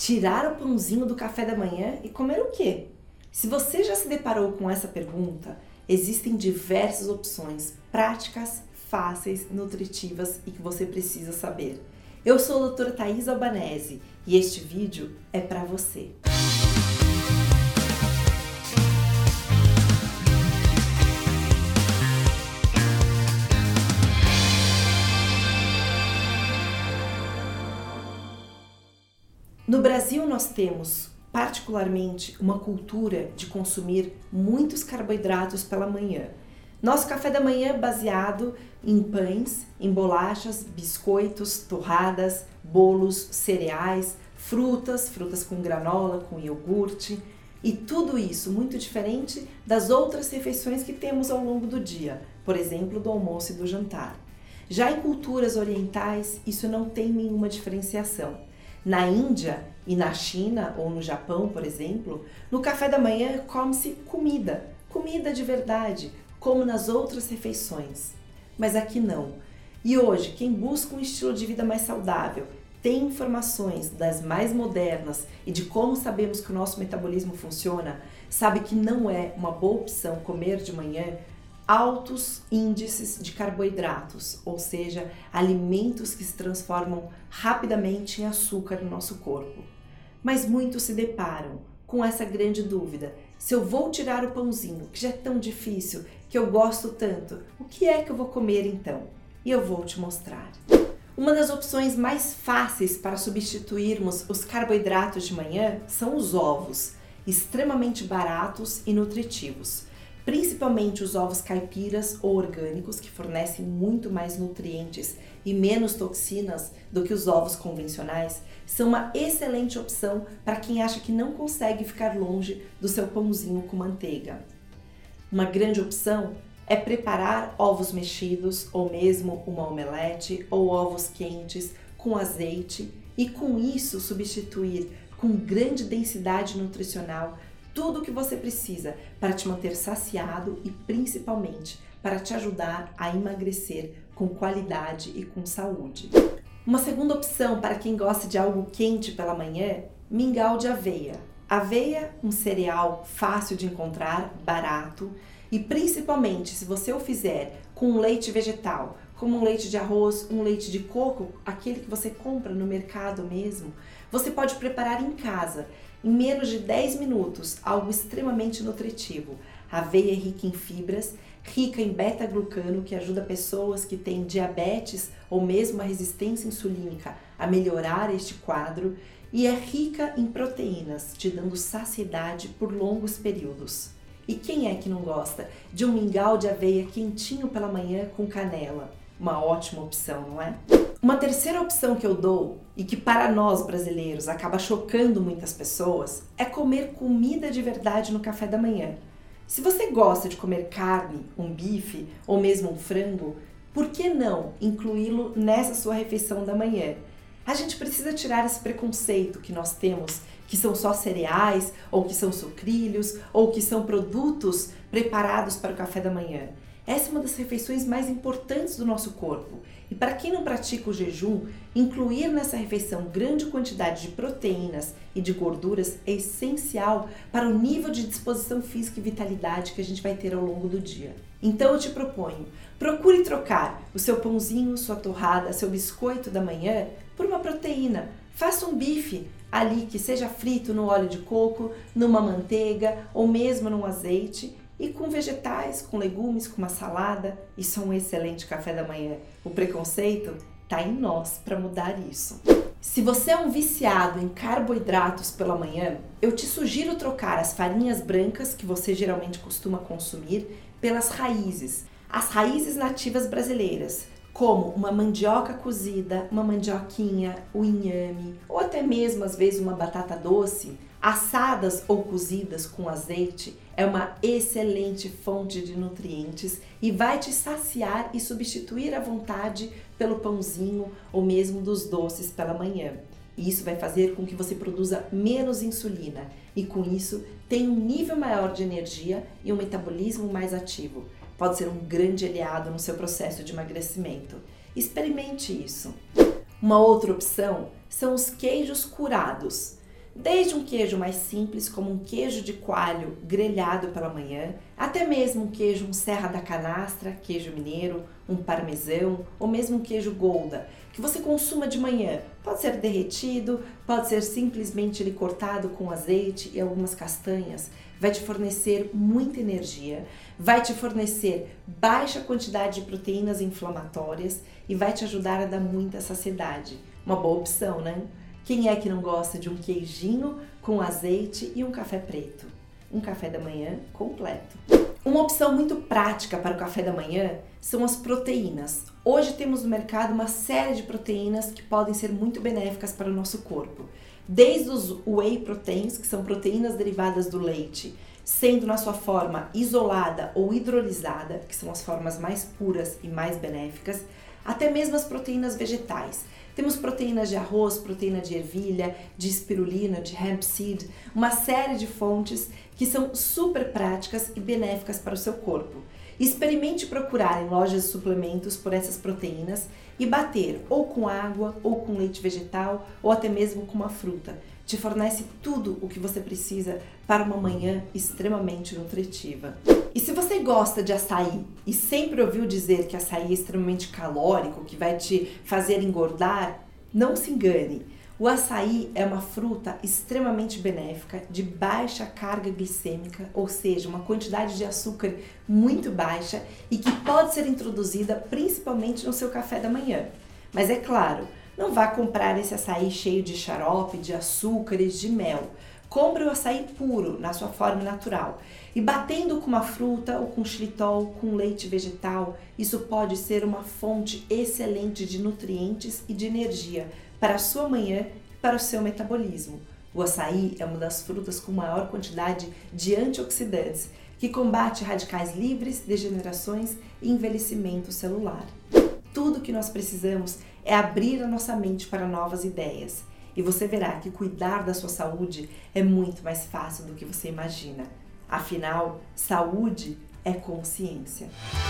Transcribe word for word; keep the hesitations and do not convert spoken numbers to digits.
Tirar o pãozinho do café da manhã e comer o quê? Se você já se deparou com essa pergunta, existem diversas opções práticas, fáceis, nutritivas e que você precisa saber. Eu sou a doutora Thais Albanese e este vídeo é para você. No Brasil nós temos, particularmente, uma cultura de consumir muitos carboidratos pela manhã. Nosso café da manhã é baseado em pães, em bolachas, biscoitos, torradas, bolos, cereais, frutas, frutas com granola, com iogurte e tudo isso muito diferente das outras refeições que temos ao longo do dia, por exemplo, do almoço e do jantar. Já em culturas orientais, isso não tem nenhuma diferenciação. Na Índia e na China ou no Japão, por exemplo, no café da manhã come-se comida, comida de verdade, como nas outras refeições. Mas aqui não. E hoje, quem busca um estilo de vida mais saudável, tem informações das mais modernas e de como sabemos que o nosso metabolismo funciona, sabe que não é uma boa opção comer de manhã altos índices de carboidratos, ou seja, alimentos que se transformam rapidamente em açúcar no nosso corpo. Mas muitos se deparam com essa grande dúvida: se eu vou tirar o pãozinho, que já é tão difícil, que eu gosto tanto, o que é que eu vou comer então? E eu vou te mostrar. Uma das opções mais fáceis para substituirmos os carboidratos de manhã são os ovos, extremamente baratos e nutritivos. Principalmente os ovos caipiras ou orgânicos, que fornecem muito mais nutrientes e menos toxinas do que os ovos convencionais, são uma excelente opção para quem acha que não consegue ficar longe do seu pãozinho com manteiga. Uma grande opção é preparar ovos mexidos ou mesmo uma omelete ou ovos quentes com azeite e com isso substituir com grande densidade nutricional tudo o que você precisa para te manter saciado e principalmente para te ajudar a emagrecer com qualidade e com saúde. Uma segunda opção para quem gosta de algo quente pela manhã, mingau de aveia. Aveia, um cereal fácil de encontrar, barato e principalmente se você o fizer com um leite vegetal, como um leite de arroz, um leite de coco, aquele que você compra no mercado mesmo, você pode preparar em casa. Em menos de dez minutos, algo extremamente nutritivo. A aveia é rica em fibras, rica em beta-glucano, que ajuda pessoas que têm diabetes ou mesmo a resistência insulínica a melhorar este quadro, e é rica em proteínas, te dando saciedade por longos períodos. E quem é que não gosta de um mingau de aveia quentinho pela manhã com canela? Uma ótima opção, não é? Uma terceira opção que eu dou, e que para nós brasileiros acaba chocando muitas pessoas, é comer comida de verdade no café da manhã. Se você gosta de comer carne, um bife ou mesmo um frango, por que não incluí-lo nessa sua refeição da manhã? A gente precisa tirar esse preconceito que nós temos, que são só cereais, ou que são sucrilhos, ou que são produtos preparados para o café da manhã. Essa é uma das refeições mais importantes do nosso corpo. E para quem não pratica o jejum, incluir nessa refeição grande quantidade de proteínas e de gorduras é essencial para o nível de disposição física e vitalidade que a gente vai ter ao longo do dia. Então eu te proponho, procure trocar o seu pãozinho, sua torrada, seu biscoito da manhã por uma proteína. Faça um bife ali que seja frito no óleo de coco, numa manteiga ou mesmo num azeite, e com vegetais, com legumes, com uma salada. Isso é um excelente café da manhã. O preconceito está em nós para mudar isso. Se você é um viciado em carboidratos pela manhã, eu te sugiro trocar as farinhas brancas que você geralmente costuma consumir pelas raízes. As raízes nativas brasileiras, como uma mandioca cozida, uma mandioquinha, o inhame, ou até mesmo às vezes uma batata doce, assadas ou cozidas com azeite, é uma excelente fonte de nutrientes e vai te saciar e substituir à vontade pelo pãozinho ou mesmo dos doces pela manhã. E isso vai fazer com que você produza menos insulina e com isso tenha um nível maior de energia e um metabolismo mais ativo. Pode ser um grande aliado no seu processo de emagrecimento. Experimente isso. Uma outra opção são os queijos curados. Desde um queijo mais simples, como um queijo de coalho grelhado pela manhã, até mesmo um queijo um Serra da Canastra, queijo mineiro, um parmesão ou mesmo um queijo Gouda, que você consuma de manhã. Pode ser derretido, pode ser simplesmente ele cortado com azeite e algumas castanhas. Vai te fornecer muita energia, vai te fornecer baixa quantidade de proteínas inflamatórias e vai te ajudar a dar muita saciedade. Uma boa opção, né? Quem é que não gosta de um queijinho com azeite e um café preto? Um café da manhã completo. Uma opção muito prática para o café da manhã são as proteínas. Hoje temos no mercado uma série de proteínas que podem ser muito benéficas para o nosso corpo. Desde os whey proteins, que são proteínas derivadas do leite, sendo na sua forma isolada ou hidrolisada, que são as formas mais puras e mais benéficas, até mesmo as proteínas vegetais. Temos proteínas de arroz, proteína de ervilha, de espirulina, de hemp seed, uma série de fontes que são super práticas e benéficas para o seu corpo. Experimente procurar em lojas de suplementos por essas proteínas e bater ou com água, ou com leite vegetal, ou até mesmo com uma fruta. Te fornece tudo o que você precisa para uma manhã extremamente nutritiva. E se você gosta de açaí e sempre ouviu dizer que açaí é extremamente calórico, que vai te fazer engordar, não se engane. O açaí é uma fruta extremamente benéfica, de baixa carga glicêmica, ou seja, uma quantidade de açúcar muito baixa e que pode ser introduzida principalmente no seu café da manhã. Mas é claro, não vá comprar esse açaí cheio de xarope, de açúcares, de mel. Compre o açaí puro, na sua forma natural. E batendo com uma fruta ou com xilitol, com leite vegetal, isso pode ser uma fonte excelente de nutrientes e de energia para a sua manhã e para o seu metabolismo. O açaí é uma das frutas com maior quantidade de antioxidantes, que combate radicais livres, degenerações e envelhecimento celular. Tudo que nós precisamos é abrir a nossa mente para novas ideias. E você verá que cuidar da sua saúde é muito mais fácil do que você imagina. Afinal, saúde é consciência.